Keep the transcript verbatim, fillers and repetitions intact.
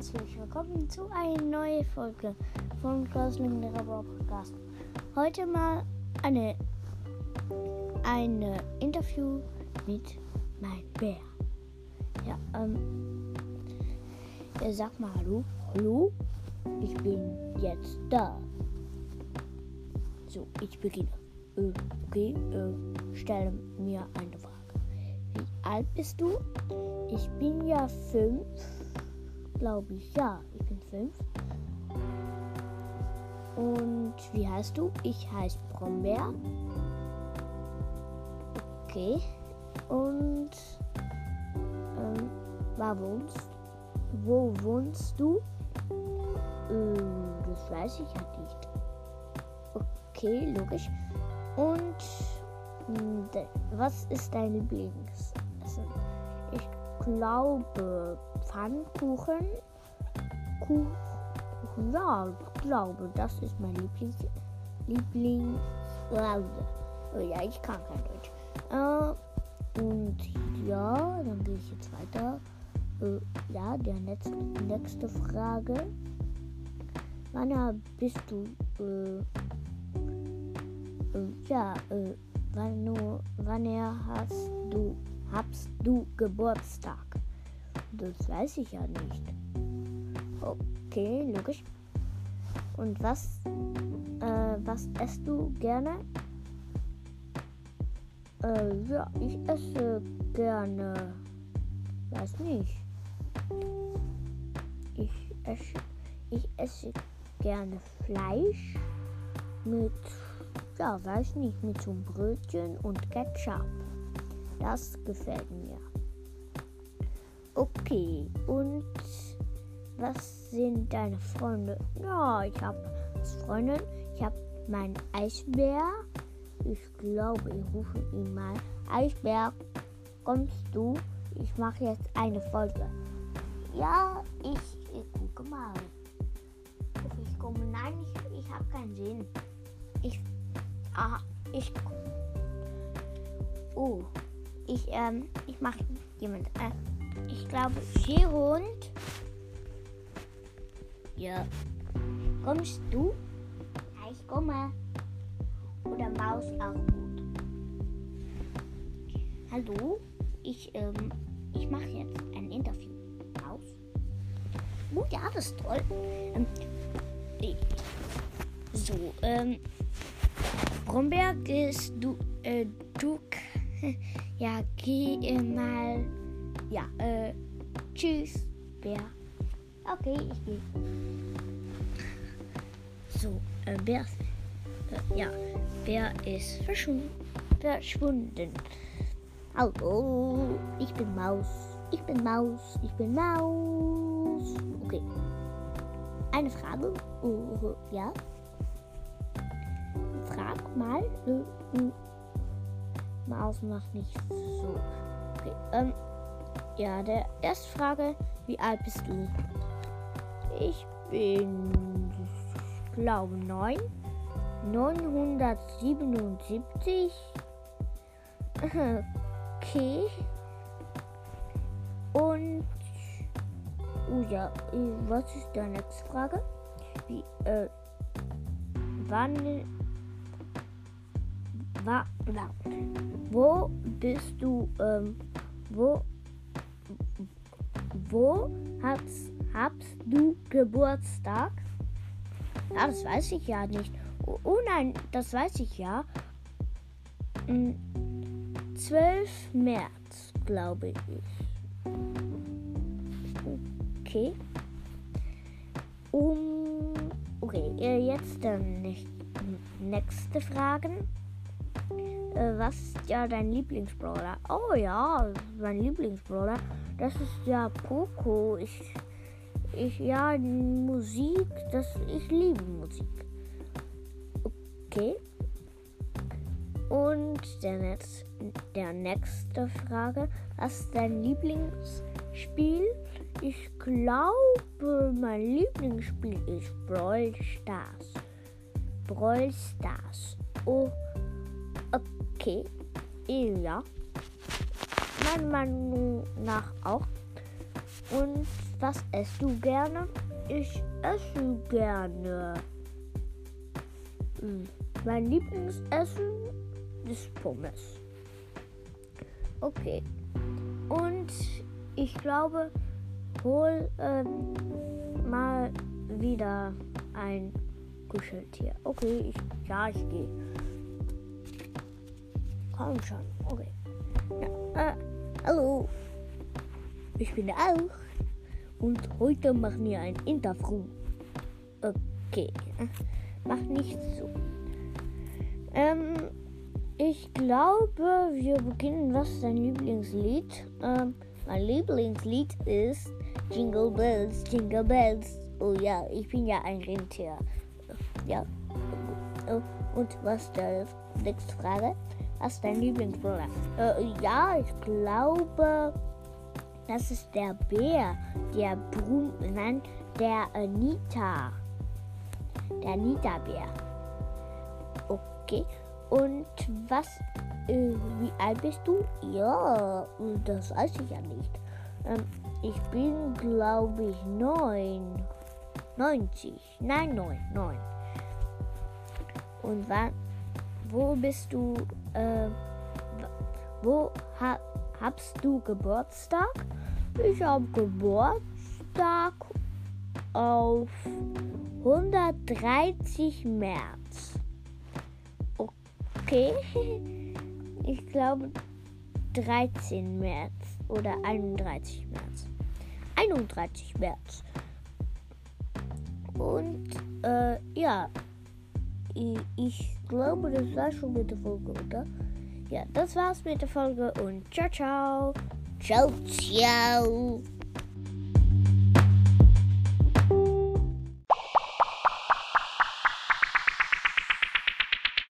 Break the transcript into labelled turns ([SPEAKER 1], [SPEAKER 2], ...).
[SPEAKER 1] herzlich willkommen zu einer neuen Folge von Klausling der Podcast. Heute mal eine eine Interview mit meinem Bär. Ja, ähm, er sagt mal Hallo, Hallo, ich bin jetzt da. So, ich beginne. Äh, okay, äh, stelle mir eine Frage. Wie alt bist du? Ich bin ja fünf. Glaube ich, ja, ich bin fünf. Und wie heißt du? Ich heiße Brombeer. Okay. Und ähm, wo wohnst, wo wohnst du? Äh, das weiß ich halt nicht. Okay, logisch. Und mh, was ist dein Lieblingsessen? Ich glaube Pfannkuchen. Kuchen, ja, ich glaube, das ist mein Lieblings... Lieblings... Oh ja, ich kann kein Deutsch. Äh, und ja, dann gehe ich jetzt weiter. Äh, ja, der nächste, nächste Frage. Wann bist du... Äh, äh, ja, äh, wann, nur, wann hast du... Hast du Geburtstag? Das weiß ich ja nicht. Okay, logisch. Und was, äh, was isst du gerne? Äh, ja, ich esse gerne, weiß nicht. Ich esse, ich esse gerne Fleisch mit, ja, weiß nicht, mit so einem Brötchen und Ketchup. Das gefällt mir. Okay, und was sind deine Freunde? Ja, ich habe Freunde. Ich habe meinen Eisbär. Ich glaube, ich rufe ihn mal. Eisbär, kommst du? Ich mache jetzt eine Folge. Ja, ich, ich gucke mal. Ob ich komme. Nein, ich, ich habe keinen Sinn. Ich, aha, ich, oh, ich, ähm, ich mache jemand, äh, ich glaube, Schierhund. Ja. Kommst du? Ja, ich komme. Oder Maus auch gut. Hallo? Ich, ähm, ich mache jetzt ein Interview. Maus? Oh ja, das ist toll. Ähm, ich, so, ähm, Bromberg ist du, äh, du, ja, geh äh, mal, ja, äh, tschüss, Bär. Okay, ich gehe. So, äh, Bär, äh, ja, Bär ist verschwunden. verschwunden. Hallo, ich bin Maus. Ich bin Maus. Ich bin Maus. Okay. Eine Frage? Uh, ja. Frag mal. Uh, uh. Maus macht nicht so. Okay. Ähm, ja, der erste Frage. Wie alt bist du? Ich bin, ich glaube, neun. neunhundertsiebenundsiebzig. Okay. Und, oh ja, was ist die nächste Frage? Wie, äh, wann, wa, wa, wo bist du, ähm, wo, wo hast, hast du Geburtstag? Ja, das weiß ich ja nicht. Oh, oh nein, das weiß ich ja. zwölf März, glaube ich. Okay. Um, okay, jetzt dann nächste Fragen. Äh, was ist ja dein Lieblingsbrawler? Oh ja, mein Lieblingsbrawler. Das ist ja Poco. Ich, ich, ja, Musik, das, ich liebe Musik. Okay. Und der, Netz, der nächste Frage. Was ist dein Lieblingsspiel? Ich glaube, mein Lieblingsspiel ist Brawl Stars. Brawl Stars. Oh, okay. Ja. Meiner Meinung nach auch. Und was isst du gerne? Ich esse gerne. Hm. Mein Lieblingsessen ist Pommes. Okay. Und ich glaube, hol ähm, mal wieder ein Kuscheltier. Okay, ich, ja, ich gehe. Komm schon, okay. Ja, äh, hallo. Ich bin auch. Und heute machen wir ein Interview. Okay, mach nichts so. Ähm, ich glaube, wir beginnen. Was ist dein Lieblingslied? Ähm, mein Lieblingslied ist Jingle Bells, Jingle Bells. Oh ja, ich bin ja ein Rentier. Ja. Und was ist deine nächste Frage? Was ist dein Lieblingsbruder? Äh, ja, ich glaube, das ist der Bär, der Brum, nein, der Anita. Der Anita-Bär. Okay. Und was, äh, wie alt bist du? Ja, das weiß ich ja nicht. Ähm, ich bin, glaube ich, neun. neunzig. Nein, neun, neun. Und wann, wo bist du, äh, wo ha, habst du Geburtstag? Ich habe Geburtstag auf hundertdreißig März. Okay, ich glaube dreizehn März oder einunddreißig März. einunddreißig März. Und äh, ja, ich, ich glaube, das war schon mit der Folge, oder? Ja, das war's mit der Folge und ciao, ciao. Ciao, ciao.